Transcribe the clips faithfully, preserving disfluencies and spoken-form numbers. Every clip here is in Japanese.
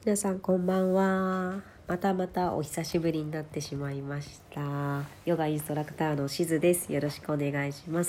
皆さんこんばんは。またまたお久しぶりになってしまいました。ヨガインストラクターのしずです。よろしくお願いします。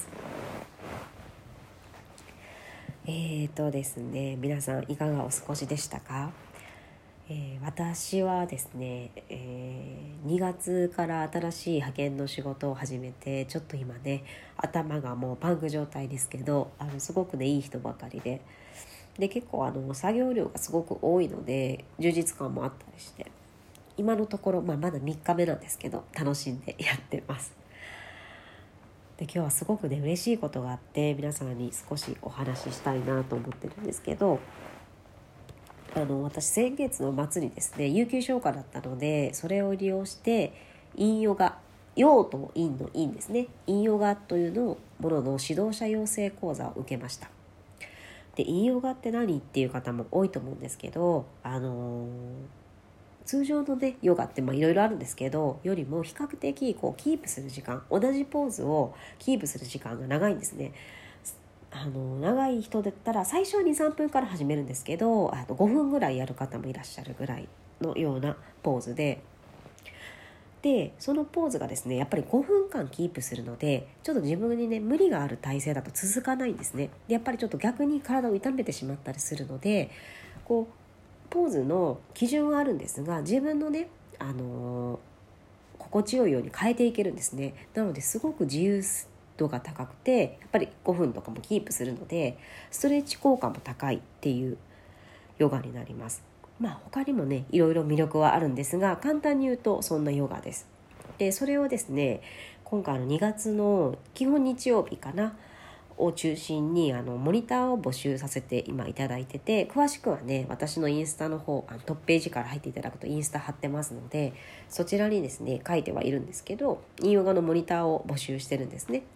えーとですね皆さんいかがお過ごしでしたか？えー、私はですね、えー、にがつから新しい派遣の仕事を始めて、ちょっと今ね頭がもうパンク状態ですけど、あのすごくねいい人ばかりでで結構あの作業量がすごく多いので充実感もあったりして、今のところ、まあ、まだみっかめなんですけど楽しんでやってます。で今日はすごくね嬉しいことがあって、皆さんに少しお話ししたいなと思ってるんですけど、あの私先月の末にですね有給消化だったので、それを利用して陰ヨガ、陽と陰の陰ですね、陰ヨガというのものの指導者養成講座を受けました。で陰ヨガって何っていう方も多いと思うんですけど、あのー、通常のねヨガっていろいろあるんですけど、よりも比較的こうキープする時間、同じポーズをキープする時間が長いんですね。あの長い人だったら最初は にさんぷんから始めるんですけど、あとごふんぐらいやる方もいらっしゃるぐらいのようなポーズで、でそのポーズがですねやっぱりごふんかんキープするので、ちょっと自分にね無理がある体勢だと続かないんですね。でやっぱりちょっと逆に体を痛めてしまったりするので、こうポーズの基準はあるんですが、自分のね、あのー、心地よいように変えていけるんですね。なのですごく自由度が高くて、やっぱりごふんとかもキープするのでストレッチ効果も高いっていうヨガになります。まあ他にもねいろいろ魅力はあるんですが、簡単に言うとそんなヨガです。でそれをですね今回のにがつの基本日曜日かなを中心にあのモニターを募集させて今いただいてて、詳しくはね私のインスタの方、あのトップページから入っていただくとインスタ貼ってますので、そちらにですね書いてはいるんですけど、陰ヨガのモニターを募集してるんですね。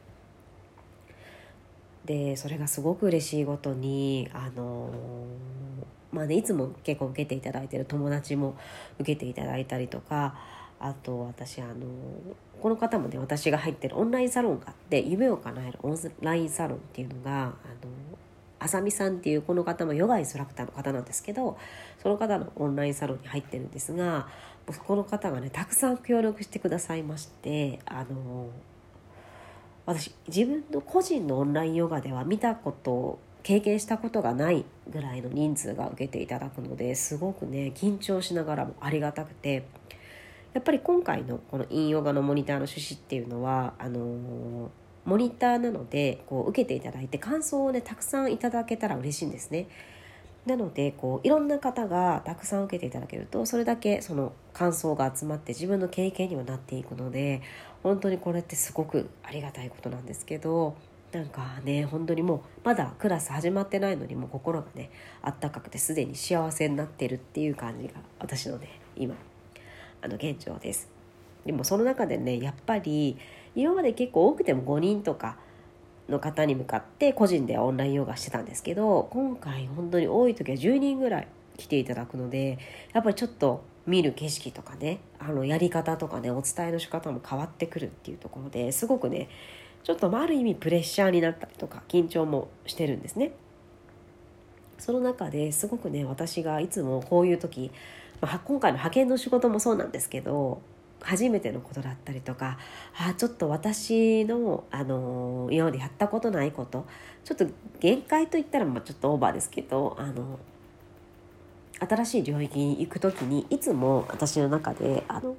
でそれがすごく嬉しいことに、あのまあね、いつも結構受けていただいている友達も受けていただいたりとか、あと私あのこの方もね、私が入ってるオンラインサロンがあって、夢を叶えるオンラインサロンっていうのが、あのあさみさんっていうこの方もヨガインストラクターの方なんですけど、その方のオンラインサロンに入ってるんですが、この方がねたくさん協力してくださいまして、あの私自分の個人のオンラインヨガでは見たこと経験したことがないぐらいの人数が受けていただくので、すごくね緊張しながらもありがたくて、やっぱり今回のこの陰ヨガのモニターの趣旨っていうのは、あのー、モニターなのでこう受けていただいて感想をねたくさんいただけたら嬉しいんですね。なのでこういろんな方がたくさん受けていただけると、それだけその感想が集まって自分の経験にはなっていくので、本当にこれってすごくありがたいことなんですけど、なんかね本当にもうまだクラス始まってないのにもう心がねあったかくてすでに幸せになってるっていう感じが私のね今あの現状です。でもその中でねやっぱり今まで結構多くてもごにんとかの方に向かって個人でオンラインヨガしてたんですけど、今回本当に多い時はじゅうにんぐらい来ていただくので、やっぱりちょっと見る景色とかね、あのやり方とかねお伝えの仕方も変わってくるっていうところで、すごくねちょっとある意味プレッシャーになったりとか緊張もしてるんですね。その中ですごくね私がいつもこういう時、まあ、今回の派遣の仕事もそうなんですけど、初めてのことだったりとか、あちょっと私の、あの今までやったことないこと、ちょっと限界といったらまあちょっとオーバーですけど、あの新しい領域に行くときにいつも私の中であの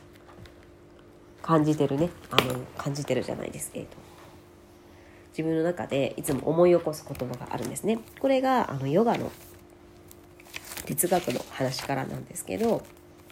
感じてるねあの感じてるじゃないです、えーと自分の中でいつも思い起こす言葉があるんですね。これがあのヨガの哲学の話からなんですけど、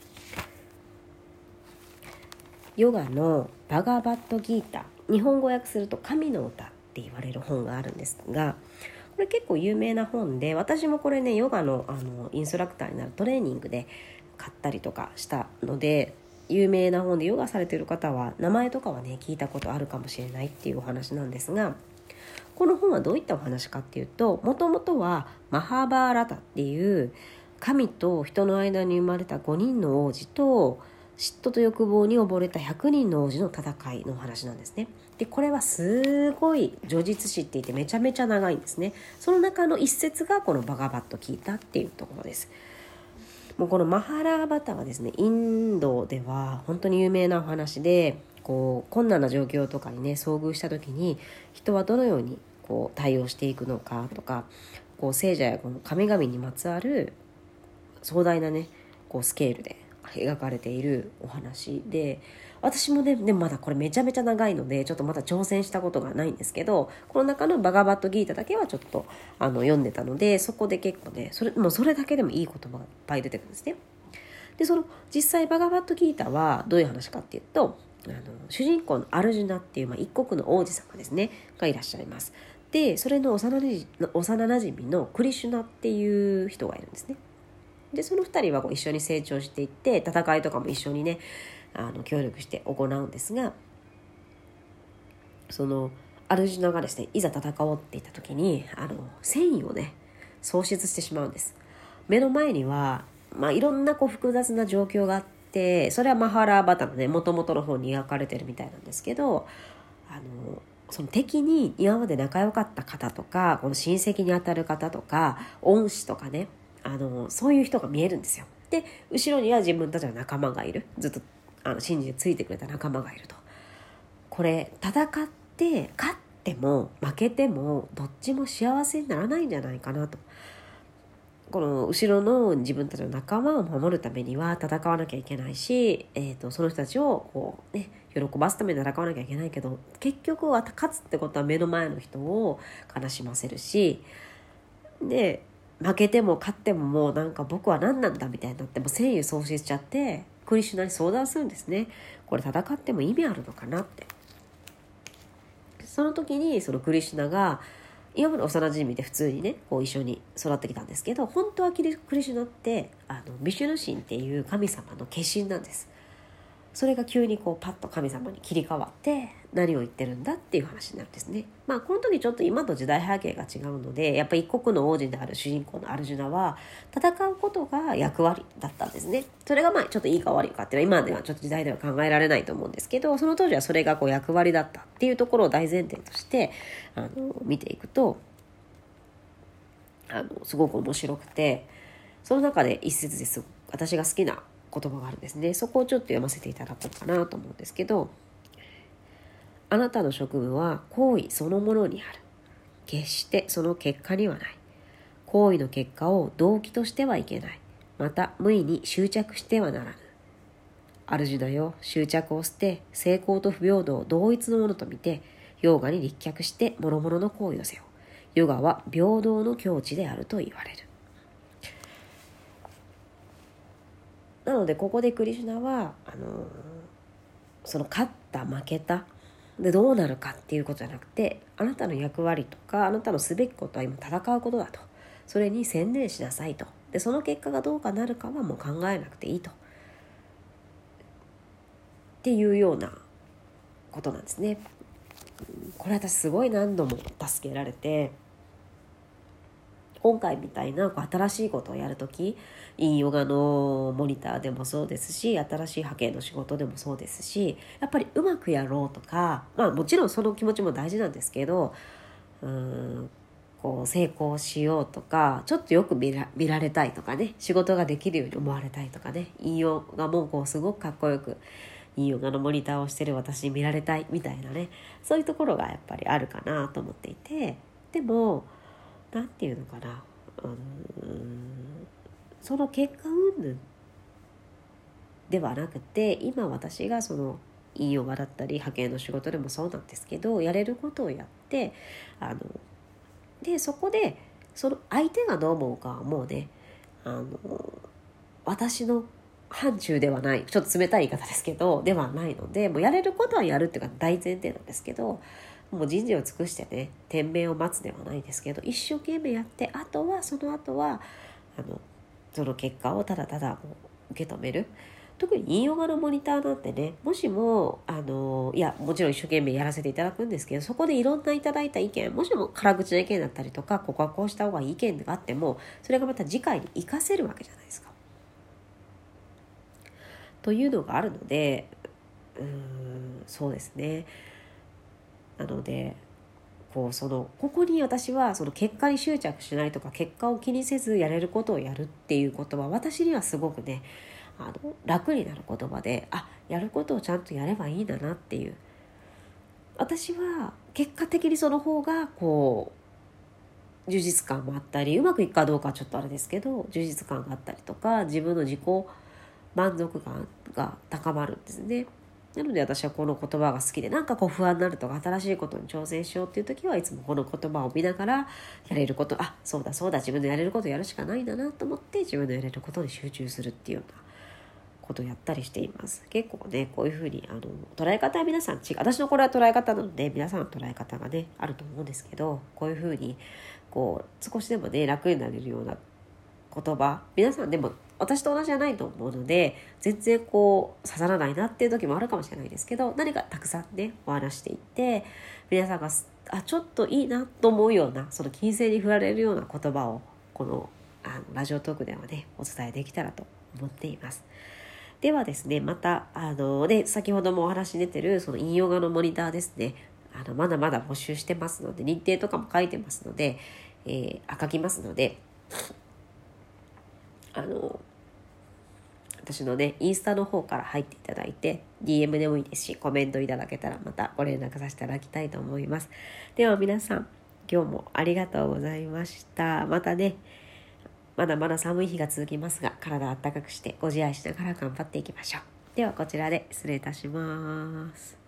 ヨガのバガバットギータ、日本語訳すると神の歌って言われる本があるんですが、これ結構有名な本で、私もこれねヨガの、あのインストラクターになるトレーニングで買ったりとかしたので有名な本で、ヨガされている方は名前とかはね聞いたことあるかもしれないっていうお話なんですが、この本はどういったお話かっていうと、もともとはマハーバーラタっていう神と人の間に生まれたごにんの王子と嫉妬と欲望に溺れたひゃくにんの王子の戦いのお話なんですね。でこれはすごい叙述詩って言ってめちゃめちゃ長いんですね。その中の一節がこのバガバットギータっていうところです。 もうこのマハラーバタはですね、インドでは本当に有名なお話で、こう困難な状況とかにね遭遇した時に人はどのようにこう対応していくのかとか、こう聖者やこの神々にまつわる壮大なねこうスケールで描かれているお話で、私もねでもまだこれめちゃめちゃ長いのでちょっとまだ挑戦したことがないんですけど、この中のバガバットギータだけはちょっとあの読んでたので、そこで結構ねそれもうそれだけでもいい言葉がいっぱい出てくるんですね。でその実際バガバットギータはどういう話かっていうと、あの主人公のアルジュナっていう、まあ、一国の王子様ですねがいらっしゃいます。でそれの幼なじ幼なじみのクリシュナっていう人がいるんですね。でそのふたりはこう一緒に成長していって戦いとかも一緒にねあの協力して行うんですが、そのアルジュナがですねいざ戦おうって言った時にあの戦意をね喪失してしまうんです。目の前には、まあ、いろんなこう複雑な状況があって、それはマハラーバタのね元々の方に描かれてるみたいなんですけど、あのその敵に今まで仲良かった方とかこの親戚にあたる方とか恩師とかね、あのそういう人が見えるんですよ。で後ろには自分たちの仲間がいる、ずっとあの信じてついてくれた仲間がいると。これ戦って勝っても負けてもどっちも幸せにならないんじゃないかなと。この後ろの自分たちの仲間を守るためには戦わなきゃいけないし、えーと、その人たちをこう、ね、喜ばすために戦わなきゃいけないけど、結局は勝つってことは目の前の人を悲しませるし、で負けても勝ってももうなんか僕は何なんだみたいになっても戦意喪失しちゃってクリシュナに相談するんですね。これ戦っても意味あるのかなって。その時にそのクリシュナが今まで幼馴染で普通にねこう一緒に育ってきたんですけど、本当はクリシュナってあのビシュヌ神っていう神様の化身なんです。それが急にこうパッと神様に切り替わって何を言ってるんだっていう話になるんですね。まあこの時ちょっと今と時代背景が違うので、やっぱり一国の王子である主人公のアルジュナは戦うことが役割だったんですね。それがまあちょっといいか悪いかっていうのは今ではちょっと時代では考えられないと思うんですけど、その当時はそれがこう役割だったっていうところを大前提としてあの見ていくとあのすごく面白くて、その中で一節です私が好きな言葉があるんですね。そこをちょっと読ませていただこうかなと思うんですけど、あなたの職務は行為そのものにある。決してその結果にはない。行為の結果を動機としてはいけない。また無意に執着してはならぬ。主だよ、執着を捨て、成功と不平等を同一のものと見て、ヨーガに立脚して諸々の行為をせよ。ヨガは平等の境地であると言われる。なのでここでクリシュナはあのその勝った負けたでどうなるかっていうことじゃなくて、あなたの役割とかあなたのすべきことは今戦うことだと、それに専念しなさいと。でその結果がどうかなるかはもう考えなくていいとっていうようなことなんですね。これ私すごい何度も助けられて、今回みたいなこう新しいことをやるとき、インヨガのモニターでもそうですし、新しい波形の仕事でもそうですし、やっぱりうまくやろうとか、まあもちろんその気持ちも大事なんですけど、うーんこう成功しようとか、ちょっとよく見ら、見られたいとかね、仕事ができるように思われたいとかね、インヨガもこうすごくかっこよくインヨガのモニターをしてる私に見られたいみたいなね、そういうところがやっぱりあるかなと思っていて、でもなんていうのかな、うん、その結果云々ではなくて、今私がそのいいヨガだったり波形の仕事でもそうなんですけど、やれることをやって、あのでそこでその相手がどう思うかはもうね、あの私の範疇ではない、ちょっと冷たい言い方ですけどではないので、もうやれることはやるっていうか大前提なんですけど、もう人事を尽くしてね天命を待つではないですけど、一生懸命やって、あとはその後はあのその結果をただただ受け止める。特にインヨガのモニターなんてね、もしもあのいやもちろん一生懸命やらせていただくんですけど、そこでいろんないただいた意見、もしも辛口な意見だったりとか、ここはこうした方がいい意見があっても、それがまた次回に生かせるわけじゃないですか。というのがあるので、うーんそうですね。なのでこうそのここに私はその結果に執着しないとか、結果を気にせずやれることをやるっていうことは、私にはすごくねあの楽になる言葉で、あ、やることをちゃんとやればいいんだなっていう、私は結果的にその方がこう充実感もあったり、うまくいくかどうかはちょっとあれですけど、充実感があったりとか、自分の自己満足感が高まるんですね。なので私はこの言葉が好きで、なんかこう不安になるとか、新しいことに挑戦しようっていう時はいつもこの言葉を見ながら、やれること、あ、そうだそうだ、自分のやれることをやるしかないんだなと思って、自分のやれることに集中するっていうようなことをやったりしています。結構ねこういうふうにあの捉え方は皆さん違う、私のこれは捉え方なので皆さんの捉え方がねあると思うんですけど、こういうふうにこう少しでもね楽になれるような言葉、皆さんでも私と同じじゃないと思うので、全然こう刺さらないなっていう時もあるかもしれないですけど、何かたくさんねお話していって、皆さんがあちょっといいなと思うような、その金星に振られるような言葉をこのあのラジオトークではねお伝えできたらと思っています。ではですね、またあので先ほどもお話に出てるその引用画のモニターですね、あのまだまだ募集してますので、日程とかも書いてますので、えー、あ書きますので、あの私のねインスタの方から入っていただいて ディーエム でもいいですし、コメントいただけたらまたご連絡させていただきたいと思います。では皆さん、今日もありがとうございました。またね、まだまだ寒い日が続きますが、体を温かくしてご自愛しながら頑張っていきましょう。ではこちらで失礼いたします。